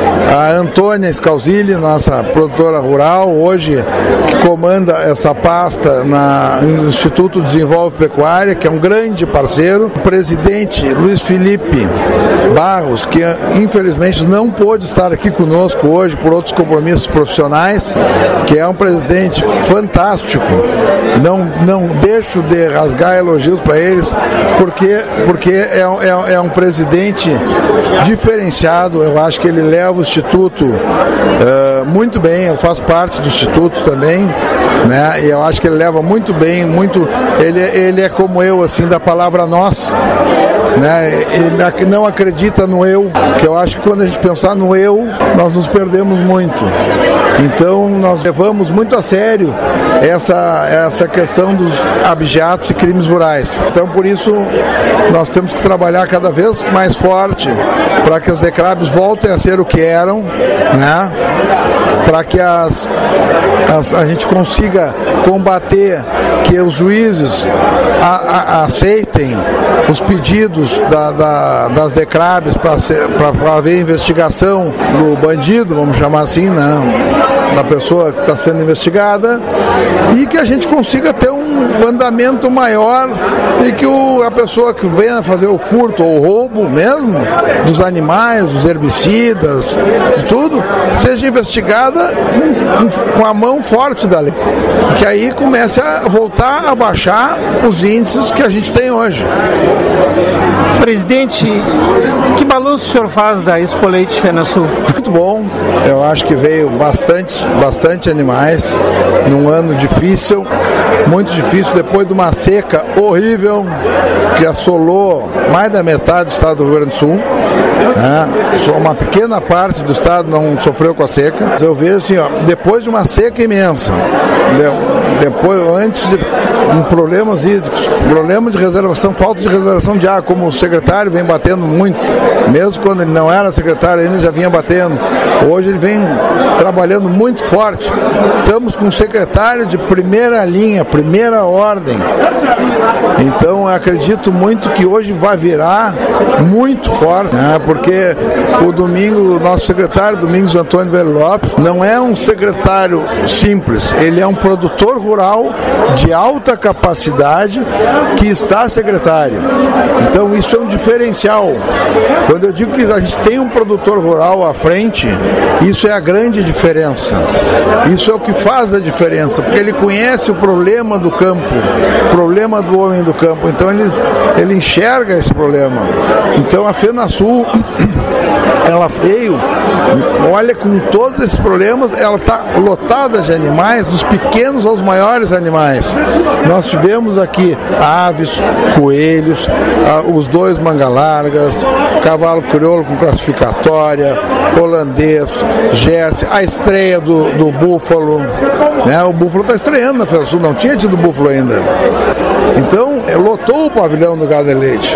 a Antônia Scalzilli, nossa produtora rural, hoje que comanda essa pasta na, no Instituto Desenvolve Pecuária, que é um grande parceiro, o presidente Luiz Felipe Barros, que infelizmente não pôde estar aqui conosco hoje por outros compromissos profissionais, que é um presidente fantástico, não, não deixo de rasgar elogios para eles, porque, porque é, é, é um presidente diferenciado. Eu acho que ele leva o Instituto uh, muito bem, eu faço parte do Instituto também, né? E eu acho que ele leva muito bem, muito, ele, ele é como eu, assim, da palavra nós, né? Ele não acredita no eu, que eu acho que quando a gente pensar no eu, nós nos perdemos muito. Então nós levamos muito a sério essa, essa questão dos abjatos e crimes rurais. Então por isso nós temos que trabalhar cada vez mais forte para que as DECRABs voltem a ser o que eram, né? Para que as, as, a gente consiga combater, que os juízes a, a, aceitem os pedidos da, da, das DECRABs para haver investigação do bandido, vamos chamar assim, né? Da pessoa que está sendo investigada, e que a gente consiga ter um um andamento maior e que o, a pessoa que venha fazer o furto ou o roubo mesmo dos animais, dos herbicidas, de tudo, seja investigada com, com a mão forte da lei. Que aí comece a voltar a baixar os índices que a gente tem hoje. Presidente, que balanço o senhor faz da Expo Leite Fena Sul? Muito bom, eu acho que veio bastante, bastante animais num ano difícil, muito difícil, depois de uma seca horrível que assolou mais da metade do estado do Rio Grande do Sul. É, só uma pequena parte do estado não sofreu com a seca. Eu vejo assim, ó, depois de uma seca imensa, de, depois, antes de um problemas hídricos, problema de reservação, falta de reservação de água, como o secretário vem batendo muito, mesmo quando ele não era secretário ainda já vinha batendo. Hoje ele vem trabalhando muito forte. Estamos com um secretário de primeira linha, primeira ordem. Então eu acredito muito que hoje vai virar muito forte, né? Porque o Domingo, o nosso secretário, Domingos Antônio Velho Lopes, não é um secretário simples, ele é um produtor rural de alta capacidade que está secretário. Então isso é um diferencial. Quando eu digo que a gente tem um produtor rural à frente, isso é a grande diferença. Isso é o que faz a diferença, porque ele conhece o problema do campo, o problema do homem do campo, então ele, ele enxerga esse problema. Então a FenaSul, ela veio, olha, com todos esses problemas, ela está lotada de animais, dos pequenos aos maiores animais. Nós tivemos aqui aves, coelhos, os dois manga-largas, cavalo crioulo com classificatória, holandês, Jersey, a estreia do, do búfalo, né? O búfalo está estreando na FenaSul, não tinha tido búfalo ainda. Então, lotou o pavilhão do gado de leite.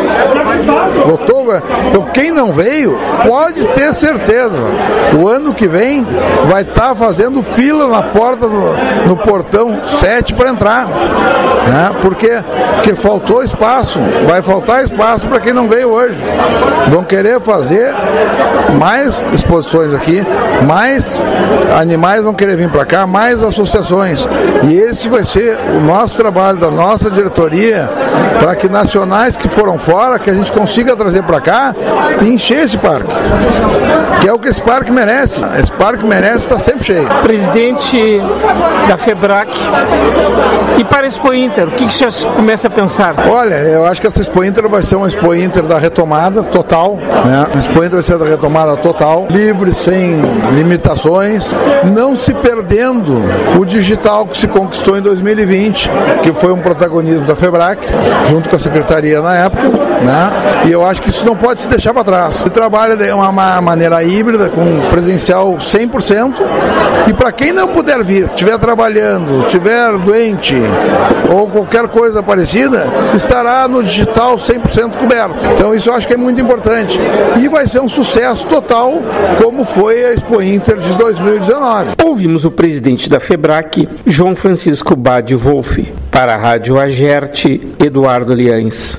Lotou. Então, quem não veio, pode ter certeza. O ano que vem vai estar tá fazendo fila na porta, do, no portão sete para entrar. Né? Porque, porque faltou espaço. Vai faltar espaço para quem não veio hoje. Vão querer fazer mais exposições aqui, mais animais vão querer vir para cá, mais associações. E esse vai ser o nosso trabalho, da nossa diretoria, para que nacionais que foram fora, que a gente consiga trazer para cá e encher esse parque, que é o que esse parque merece. Esse parque merece estar sempre cheio. Presidente da FEBRAC, e para a Expo Inter, o que, que você começa a pensar? Olha, eu acho que essa Expo Inter vai ser uma Expo Inter da retomada total, né? A Expo Inter vai ser da retomada total, livre, sem limitações, não se perdendo o digital que se conquistou em dois mil e vinte, que foi um protagonismo da FEBRAC, junto com a secretaria na época, né? E eu acho que isso não pode se deixar para trás. Se trabalha de uma maneira híbrida, com presencial cem por cento, e para quem não puder vir, estiver trabalhando, estiver doente ou qualquer coisa parecida, estará no digital cem por cento coberto. Então isso eu acho que é muito importante. E vai ser um sucesso total, como foi a Expo Inter de dois mil e dezenove. Ouvimos o presidente da FEBRAC, João Francisco Bade Wolff. Para a Rádio Agerte, Eduardo Liães.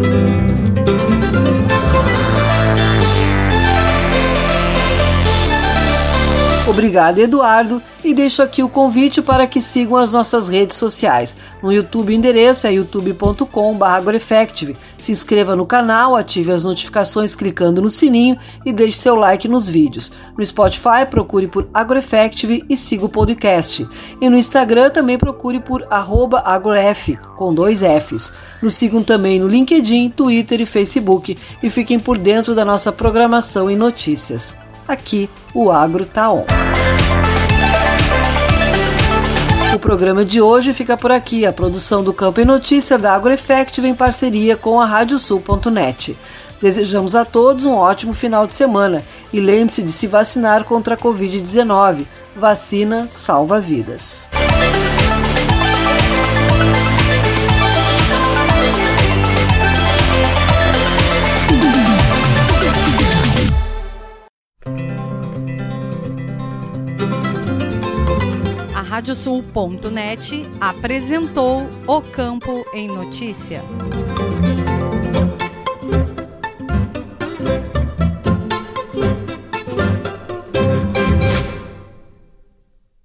Obrigada, Eduardo, e deixo aqui o convite para que sigam as nossas redes sociais. No YouTube, o endereço é youtube ponto com barra agroeffective. Se inscreva no canal, ative as notificações clicando no sininho e deixe seu like nos vídeos. No Spotify, procure por agroeffective e siga o podcast. E no Instagram, também procure por arroba agroef, com dois Fs. Nos sigam também no LinkedIn, Twitter e Facebook e fiquem por dentro da nossa programação e notícias. Aqui, o Agro tá on. O programa de hoje fica por aqui. A produção do Campo e Notícia da Agroeffective em parceria com a rádio sul ponto net. Desejamos a todos um ótimo final de semana e lembre-se de se vacinar contra a covid dezenove. Vacina salva vidas. A rádio sul ponto net apresentou O Campo em Notícia.